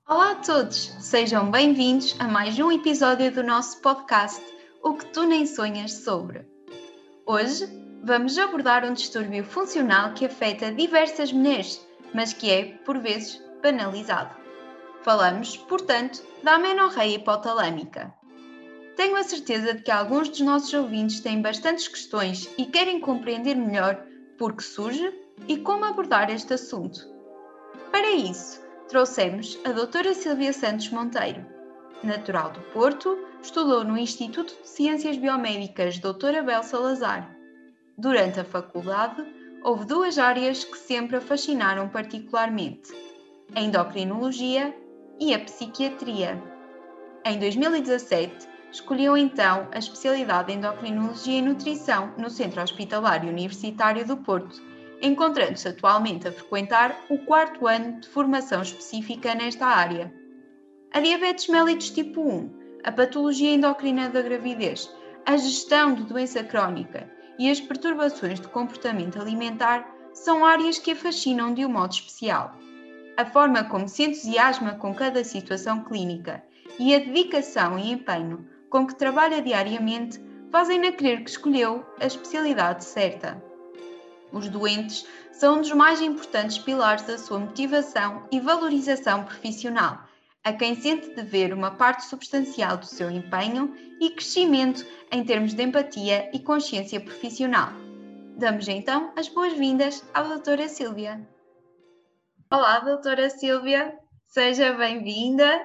Olá a todos, sejam bem-vindos a mais um episódio do nosso podcast O que tu nem sonhas sobre. Hoje vamos abordar um distúrbio funcional que afeta diversas mulheres, mas que é, por vezes, banalizado. Falamos, portanto, da amenorreia hipotalâmica. Tenho a certeza de que alguns dos nossos ouvintes têm bastantes questões e querem compreender melhor por que surge e como abordar este assunto. Para isso, trouxemos a doutora Sílvia Santos Monteiro. Natural do Porto, estudou no Instituto de Ciências Biomédicas Dr. Abel Salazar. Durante a faculdade, houve duas áreas que sempre a fascinaram particularmente: a endocrinologia e a psiquiatria. Em 2017, escolheu então a especialidade em endocrinologia e nutrição no Centro Hospitalar Universitário do Porto, encontrando-se atualmente a frequentar o 4º ano de formação específica nesta área. A diabetes mellitus tipo 1, a patologia endocrina da gravidez, a gestão de doença crónica e as perturbações de comportamento alimentar são áreas que a fascinam de um modo especial. A forma como se entusiasma com cada situação clínica e a dedicação e empenho com que trabalha diariamente fazem-na crer que escolheu a especialidade certa. Os doentes são um dos mais importantes pilares da sua motivação e valorização profissional, a quem sente dever uma parte substancial do seu empenho e crescimento em termos de empatia e consciência profissional. Damos então as boas-vindas à doutora Sílvia. Olá, doutora Sílvia, seja bem-vinda.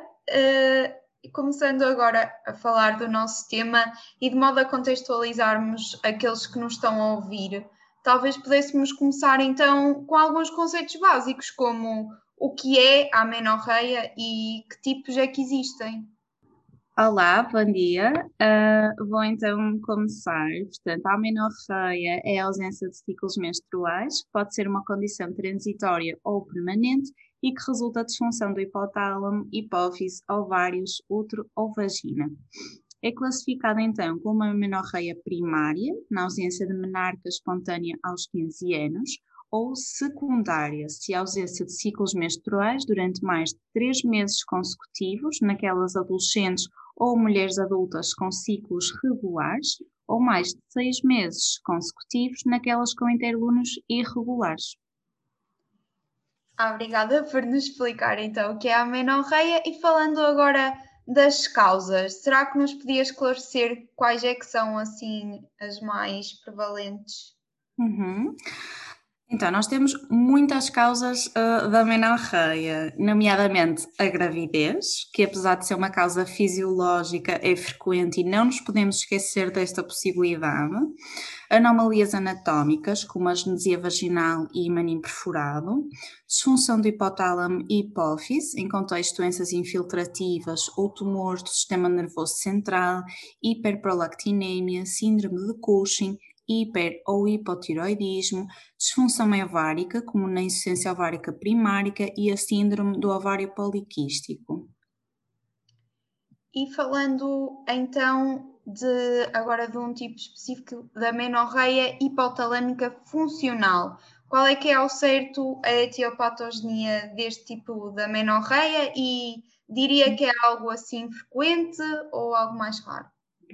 Começando agora a falar do nosso tema e de modo a contextualizarmos aqueles que nos estão a ouvir, talvez pudéssemos começar então com alguns conceitos básicos, como o que é a amenorreia e que tipos é que existem. Olá, bom dia. Vou então começar. Portanto, a amenorreia é a ausência de ciclos menstruais, que pode ser uma condição transitória ou permanente e que resulta da disfunção do hipotálamo, hipófise, ovários, útero ou vagina. É classificada então como uma amenorreia primária, na ausência de menarca espontânea aos 15 anos, ou secundária, se a ausência de ciclos menstruais durante mais de 3 meses consecutivos, naquelas adolescentes ou mulheres adultas com ciclos regulares, ou mais de 6 meses consecutivos naquelas com intervalos irregulares. Obrigada por nos explicar então o que é a amenorreia e falando agora das causas, será que nos podia esclarecer quais é que são assim as mais prevalentes? Então, nós temos muitas causas da amenorreia, nomeadamente a gravidez, que apesar de ser uma causa fisiológica é frequente e não nos podemos esquecer desta possibilidade. Anomalias anatómicas, como a genesia vaginal e maninho perfurado, disfunção do hipotálamo e hipófise, em contexto de doenças infiltrativas ou tumores do sistema nervoso central, hiperprolactinemia, síndrome de Cushing, hiper ou hipotiroidismo, disfunção ovárica, como na insuficiência ovárica primária e a síndrome do ovário poliquístico. E falando então agora de um tipo específico da amenorreia hipotalâmica funcional, qual é que é ao certo a etiopatogenia deste tipo de amenorreia e diria que é algo assim frequente ou algo mais raro?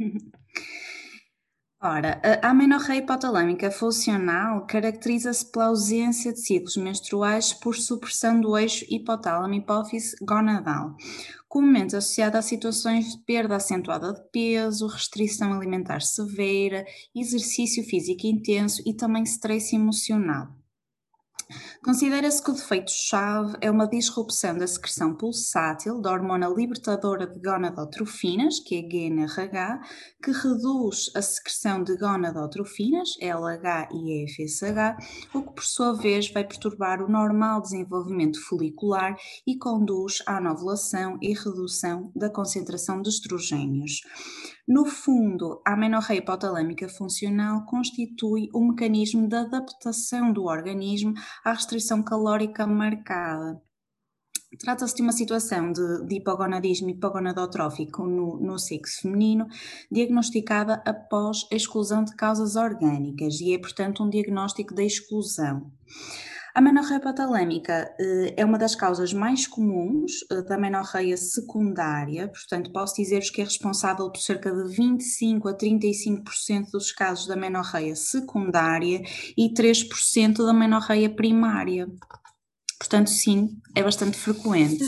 Ora, a amenorreia hipotalâmica funcional caracteriza-se pela ausência de ciclos menstruais por supressão do eixo hipotálamo-hipófise gonadal, comumente associada a situações de perda acentuada de peso, restrição alimentar severa, exercício físico intenso e também stress emocional. Considera-se que o defeito-chave é uma disrupção da secreção pulsátil da hormona libertadora de gonadotrofinas, que é GnRH, que reduz a secreção de gonadotrofinas, LH e FSH, o que por sua vez vai perturbar o normal desenvolvimento folicular e conduz à anovulação e redução da concentração de estrogénios. No fundo, a amenorreia hipotalâmica funcional constitui um mecanismo de adaptação do organismo à restrição calórica marcada. Trata-se de uma situação de hipogonadismo hipogonadotrófico no sexo feminino, diagnosticada após a exclusão de causas orgânicas e é, portanto, um diagnóstico de exclusão. A amenorreia hipotalâmica é uma das causas mais comuns da amenorreia secundária, portanto, posso dizer-vos que é responsável por cerca de 25 a 35% dos casos da amenorreia secundária e 3% da amenorreia primária. Portanto, sim, é bastante frequente.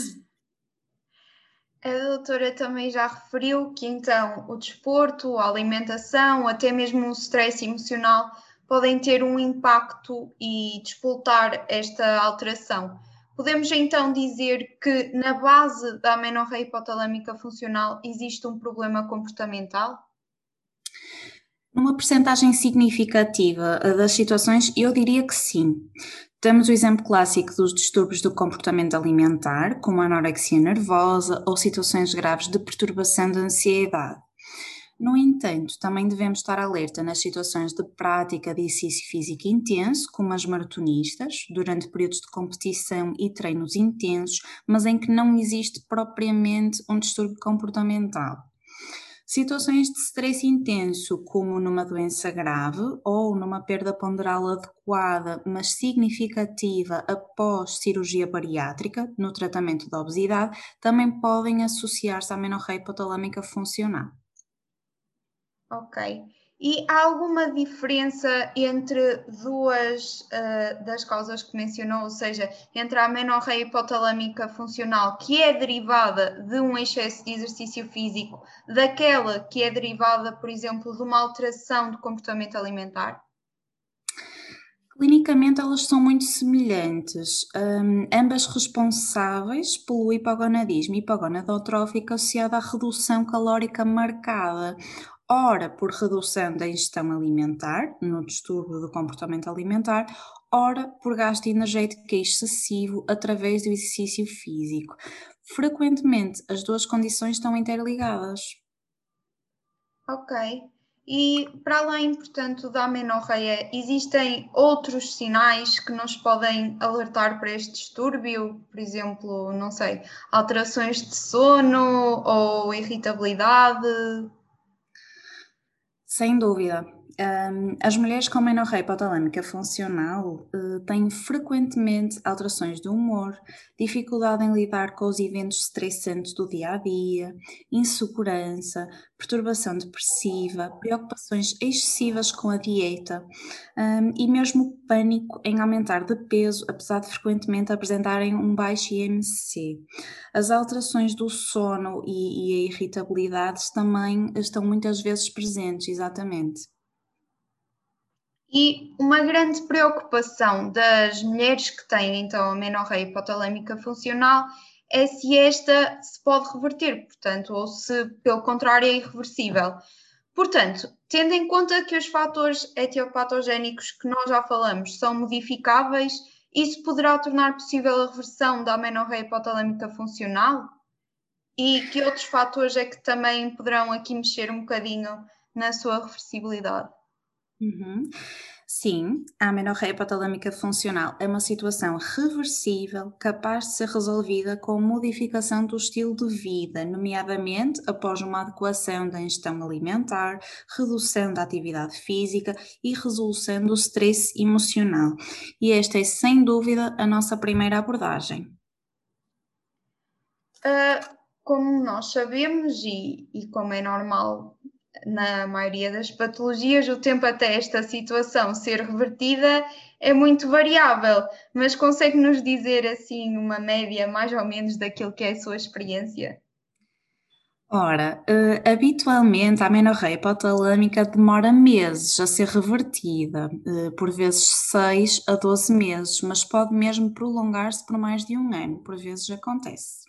A doutora também já referiu que então o desporto, a alimentação, até mesmo o stress emocional podem ter um impacto e despoltar esta alteração. Podemos então dizer que na base da amenorreia hipotalâmica funcional existe um problema comportamental? Numa percentagem significativa das situações, eu diria que sim. Temos o exemplo clássico dos distúrbios do comportamento alimentar, como a anorexia nervosa ou situações graves de perturbação da ansiedade. No entanto, também devemos estar alerta nas situações de prática de exercício físico intenso, como as maratonistas, durante períodos de competição e treinos intensos, mas em que não existe propriamente um distúrbio comportamental. Situações de stress intenso, como numa doença grave ou numa perda ponderal adequada, mas significativa após cirurgia bariátrica, no tratamento da obesidade, também podem associar-se à amenorreia hipotalâmica funcional. Ok. E há alguma diferença entre duas das causas que mencionou, ou seja, entre a amenorreia hipotalâmica funcional, que é derivada de um excesso de exercício físico, daquela que é derivada, por exemplo, de uma alteração do comportamento alimentar? Clinicamente, elas são muito semelhantes, ambas responsáveis pelo hipogonadismo hipogonadotrófico associado à redução calórica marcada, ora por redução da ingestão alimentar, no distúrbio do comportamento alimentar, ora por gasto energético excessivo através do exercício físico. Frequentemente, as duas condições estão interligadas. Ok. E para além, portanto, da amenorreia, existem outros sinais que nos podem alertar para este distúrbio? Por exemplo, não sei, alterações de sono ou irritabilidade? Sem dúvida. As mulheres com amenorreia hipotalâmica funcional têm frequentemente alterações do humor, dificuldade em lidar com os eventos estressantes do dia a dia, insegurança, perturbação depressiva, preocupações excessivas com a dieta, e mesmo pânico em aumentar de peso, apesar de frequentemente apresentarem um baixo IMC. As alterações do sono e a irritabilidade também estão muitas vezes presentes, exatamente. E uma grande preocupação das mulheres que têm então a amenorreia hipotalâmica funcional é se esta se pode reverter, portanto, ou se pelo contrário é irreversível. Portanto, tendo em conta que os fatores etiopatogénicos que nós já falamos são modificáveis, isso poderá tornar possível a reversão da amenorreia hipotalâmica funcional? E que outros fatores é que também poderão aqui mexer um bocadinho na sua reversibilidade? Uhum. Sim, a amenorreia hipotalâmica funcional é uma situação reversível, capaz de ser resolvida com modificação do estilo de vida, nomeadamente após uma adequação da ingestão alimentar, redução da atividade física e resolução do stress emocional. E esta é, sem dúvida, a nossa primeira abordagem. Como nós sabemos, e como é normal na maioria das patologias, o tempo até esta situação ser revertida é muito variável, mas consegue-nos dizer assim uma média mais ou menos daquilo que é a sua experiência? Ora, habitualmente a amenorreia hipotalâmica demora meses a ser revertida, por vezes 6 a 12 meses, mas pode mesmo prolongar-se por mais de um ano, por vezes acontece.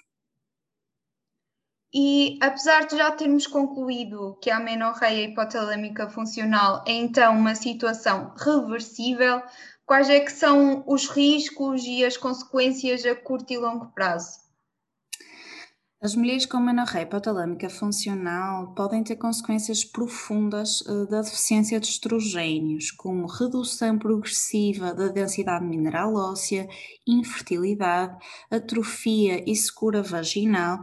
E apesar de já termos concluído que a amenorreia hipotalâmica funcional é então uma situação reversível, quais é que são os riscos e as consequências a curto e longo prazo? As mulheres com amenorreia hipotalâmica funcional podem ter consequências profundas da deficiência de estrogénios, como redução progressiva da densidade mineral óssea, infertilidade, atrofia e secura vaginal,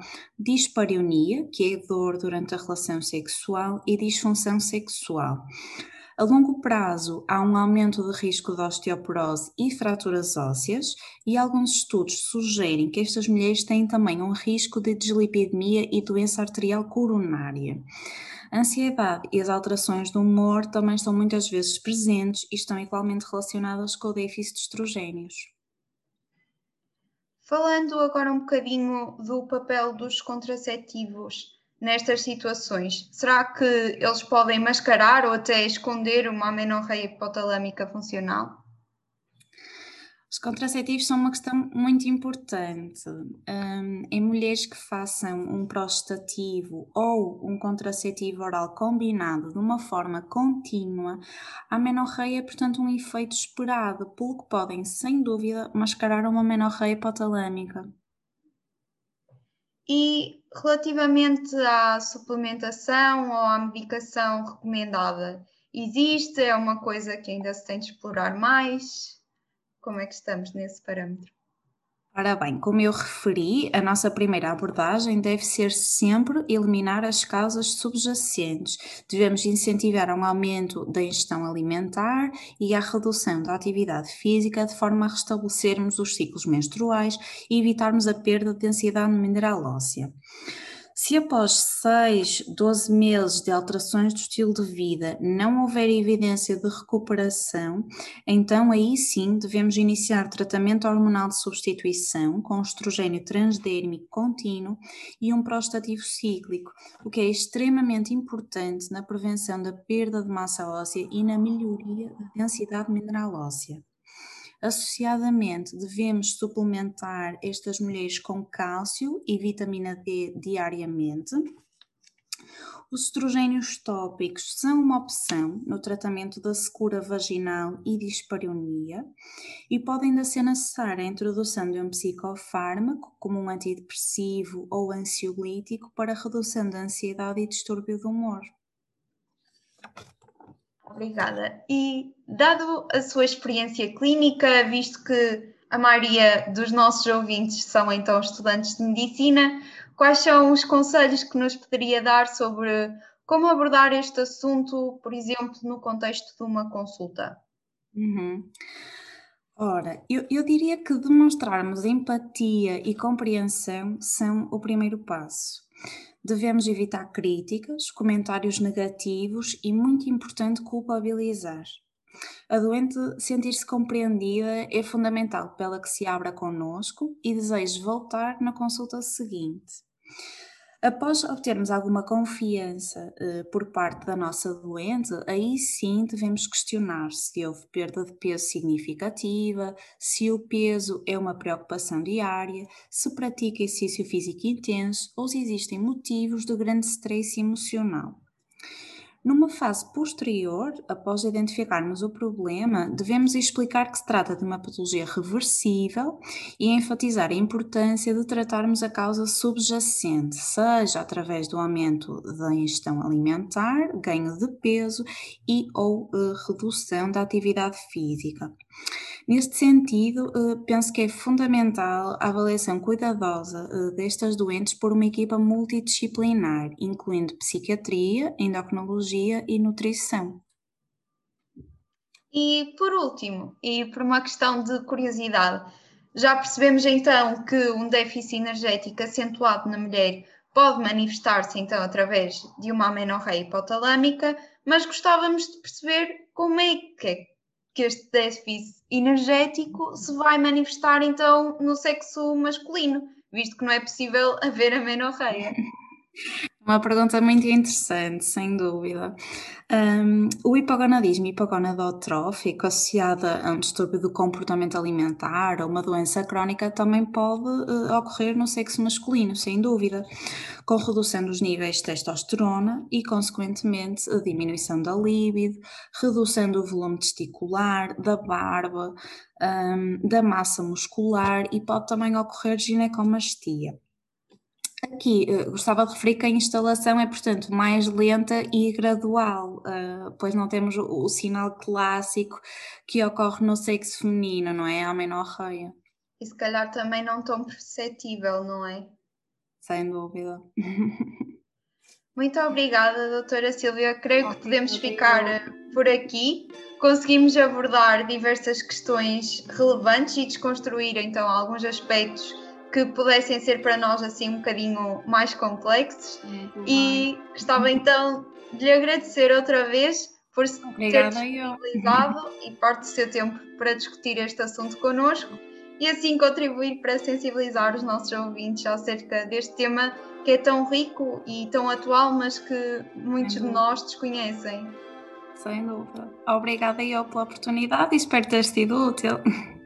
dispareunia, que é dor durante a relação sexual, e disfunção sexual. A longo prazo, há um aumento de risco de osteoporose e fraturas ósseas, e alguns estudos sugerem que estas mulheres têm também um risco de dislipidemia e doença arterial coronária. A ansiedade e as alterações do humor também estão muitas vezes presentes e estão igualmente relacionadas com o déficit de estrogénios. Falando agora um bocadinho do papel dos contraceptivos nestas situações, será que eles podem mascarar ou até esconder uma amenorreia hipotalâmica funcional? Os contraceptivos são uma questão muito importante. Em mulheres que façam um prostativo ou um contraceptivo oral combinado de uma forma contínua, a amenorreia é, portanto, um efeito esperado, pelo que podem, sem dúvida, mascarar uma amenorreia hipotalâmica. E relativamente à suplementação ou à medicação recomendada, existe? É uma coisa que ainda se tem de explorar mais? Como é que estamos nesse parâmetro? Ora bem, como eu referi, a nossa primeira abordagem deve ser sempre eliminar as causas subjacentes. Devemos incentivar um aumento da ingestão alimentar e a redução da atividade física de forma a restabelecermos os ciclos menstruais e evitarmos a perda de densidade mineral óssea. Se após 6, 12 meses de alterações do estilo de vida não houver evidência de recuperação, então aí sim devemos iniciar tratamento hormonal de substituição com estrogênio transdérmico contínuo e um prostativo cíclico, o que é extremamente importante na prevenção da perda de massa óssea e na melhoria da densidade mineral óssea. Associadamente, devemos suplementar estas mulheres com cálcio e vitamina D diariamente. Os estrogénios tópicos são uma opção no tratamento da secura vaginal e dispareunia e podem ainda ser necessária a introdução de um psicofármaco, como um antidepressivo ou ansiolítico, para redução da ansiedade e distúrbio do humor. Obrigada. E, dado a sua experiência clínica, visto que a maioria dos nossos ouvintes são então estudantes de medicina, quais são os conselhos que nos poderia dar sobre como abordar este assunto, por exemplo, no contexto de uma consulta? Uhum. Ora, eu diria que demonstrarmos empatia e compreensão são o primeiro passo. Devemos evitar críticas, comentários negativos e, muito importante, culpabilizar. A doente sentir-se compreendida é fundamental para ela que se abra connosco e deseje voltar na consulta seguinte. Após obtermos alguma confiança por parte da nossa doente, aí sim devemos questionar se houve perda de peso significativa, se o peso é uma preocupação diária, se pratica exercício físico intenso ou se existem motivos de grande stress emocional. Numa fase posterior, após identificarmos o problema, devemos explicar que se trata de uma patologia reversível e enfatizar a importância de tratarmos a causa subjacente, seja através do aumento da ingestão alimentar, ganho de peso e ou redução da atividade física. Neste sentido, penso que é fundamental a avaliação cuidadosa destas doentes por uma equipa multidisciplinar, incluindo psiquiatria, endocrinologia e nutrição. E por último, e por uma questão de curiosidade, já percebemos então que um déficit energético acentuado na mulher pode manifestar-se então através de uma amenorreia hipotalâmica, mas gostávamos de perceber como é que este déficit energético se vai manifestar então no sexo masculino, visto que não é possível haver amenorreia. Uma pergunta muito interessante, sem dúvida. O hipogonadismo hipogonadotrófico, associada a um distúrbio do comportamento alimentar ou uma doença crónica, também pode ocorrer no sexo masculino, sem dúvida, com redução dos níveis de testosterona e, consequentemente, a diminuição da libido, redução do volume testicular, da barba, da massa muscular e pode também ocorrer ginecomastia. Aqui, gostava de referir que a instalação é, portanto, mais lenta e gradual, pois não temos o sinal clássico que ocorre no sexo feminino, não é? A amenorreia, E se calhar também não tão perceptível, não é? sem dúvida. Muito obrigada, doutora Silvia. Creio que podemos ficar Obrigada. por aqui. Conseguimos abordar diversas questões relevantes e desconstruir então alguns aspectos que pudessem ser para nós assim um bocadinho mais complexos. E gostava então de lhe agradecer outra vez por ter disponibilizado e parte do seu tempo para discutir este assunto connosco e assim contribuir para sensibilizar os nossos ouvintes acerca deste tema que é tão rico e tão atual, mas que muitos de nós desconhecem. Sem dúvida. Obrigada eu pela oportunidade e espero ter sido útil.